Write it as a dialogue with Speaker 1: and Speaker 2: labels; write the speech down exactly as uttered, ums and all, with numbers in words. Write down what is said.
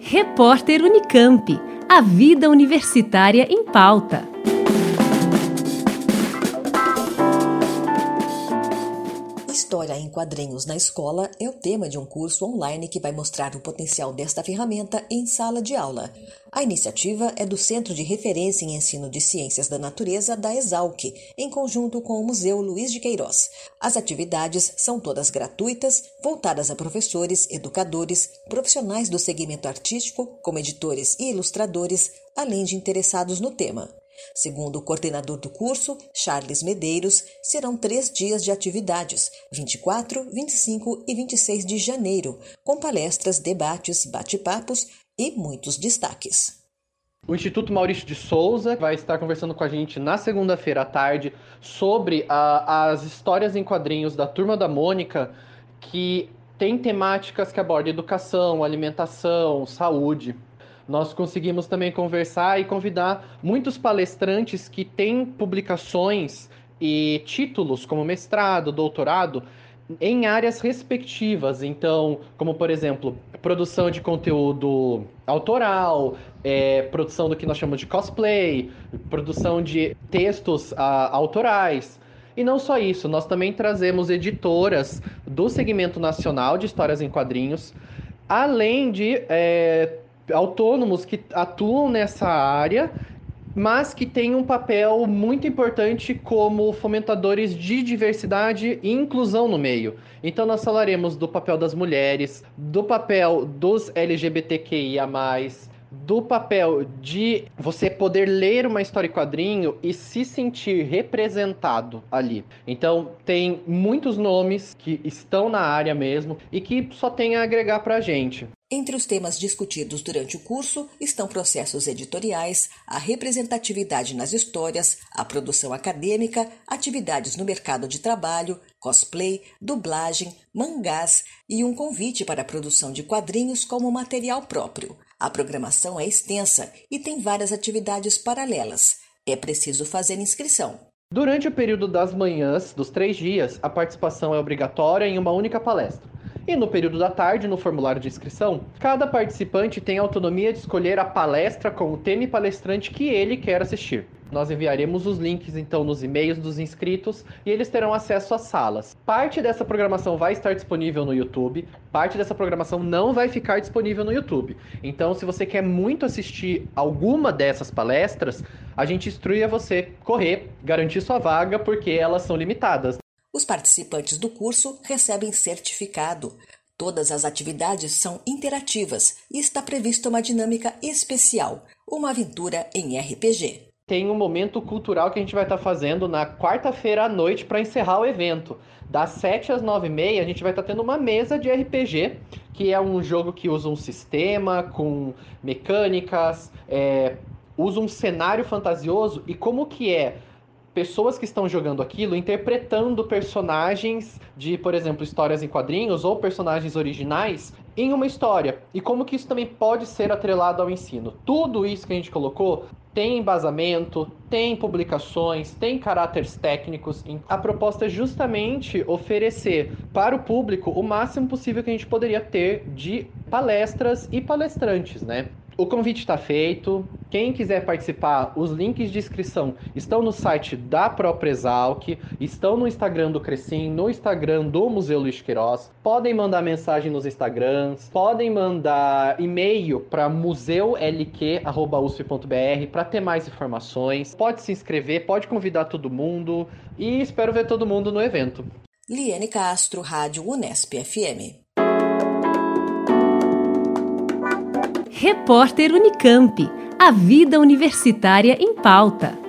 Speaker 1: Repórter Unicamp. A vida universitária em pauta.
Speaker 2: História em quadrinhos na escola é o tema de um curso online que vai mostrar o potencial desta ferramenta em sala de aula. A iniciativa é do Centro de Referência em Ensino de Ciências da Natureza da Exalc, em conjunto com o Museu Luiz de Queiroz. As atividades são todas gratuitas, voltadas a professores, educadores, profissionais do segmento artístico, como editores e ilustradores, além de interessados no tema. Segundo o coordenador do curso, Charles Medeiros, serão três dias de atividades, vinte e quatro, vinte e cinco e vinte e seis de janeiro, com palestras, debates, bate-papos e muitos destaques.
Speaker 3: O Instituto Maurício de Souza vai estar conversando com a gente na segunda-feira à tarde sobre a, as histórias em quadrinhos da Turma da Mônica, que tem temáticas que abordam educação, alimentação, saúde. Nós conseguimos também conversar e convidar muitos palestrantes que têm publicações e títulos como mestrado, doutorado, em áreas respectivas. Então, como por exemplo, produção de conteúdo autoral, é, produção do que nós chamamos de cosplay, produção de textos ah, autorais. E não só isso, nós também trazemos editoras do segmento nacional de histórias em quadrinhos, além de é, autônomos que atuam nessa área, mas que têm um papel muito importante como fomentadores de diversidade e inclusão no meio. Então nós falaremos do papel das mulheres, do papel dos L G B T Q I A mais, do papel de você poder ler uma história em quadrinho e se sentir representado ali. Então tem muitos nomes que estão na área mesmo e que só tem a agregar pra gente.
Speaker 2: Entre os temas discutidos durante o curso estão processos editoriais, a representatividade nas histórias, a produção acadêmica, atividades no mercado de trabalho, cosplay, dublagem, mangás e um convite para a produção de quadrinhos como material próprio. A programação é extensa e tem várias atividades paralelas. É preciso fazer inscrição.
Speaker 3: Durante o período das manhãs, dos três dias, a participação é obrigatória em uma única palestra. E no período da tarde, no formulário de inscrição, cada participante tem a autonomia de escolher a palestra com o tema e palestrante que ele quer assistir. Nós enviaremos os links, então, nos e-mails dos inscritos e eles terão acesso às salas. Parte dessa programação vai estar disponível no YouTube, parte dessa programação não vai ficar disponível no YouTube. Então, se você quer muito assistir alguma dessas palestras, a gente instrui a você correr, garantir sua vaga, porque elas são limitadas.
Speaker 2: Os participantes do curso recebem certificado. Todas as atividades são interativas e está prevista uma dinâmica especial, uma aventura em R P G.
Speaker 3: Tem um momento cultural que a gente vai estar fazendo na quarta-feira à noite para encerrar o evento. Das sete às nove e meia, a gente vai estar tendo uma mesa de R P G, que é um jogo que usa um sistema com mecânicas, é, usa um cenário fantasioso e como que é pessoas que estão jogando aquilo interpretando personagens de, por exemplo, histórias em quadrinhos ou personagens originais em uma história. E como que isso também pode ser atrelado ao ensino. Tudo isso que a gente colocou tem embasamento, tem publicações, tem caráteres técnicos. A proposta é justamente oferecer para o público o máximo possível que a gente poderia ter de palestras e palestrantes, né? O convite está feito. Quem quiser participar, os links de inscrição estão no site da própria Exalc, estão no Instagram do Crecim, no Instagram do Museu Luiz de Queiroz. Podem mandar mensagem nos Instagrams, podem mandar e-mail para museu l q arroba u s p ponto b r para ter mais informações. Pode se inscrever, pode convidar todo mundo e espero ver todo mundo no evento.
Speaker 2: Liane Castro, Rádio Unesp F M.
Speaker 1: Repórter Unicamp. A vida universitária em pauta.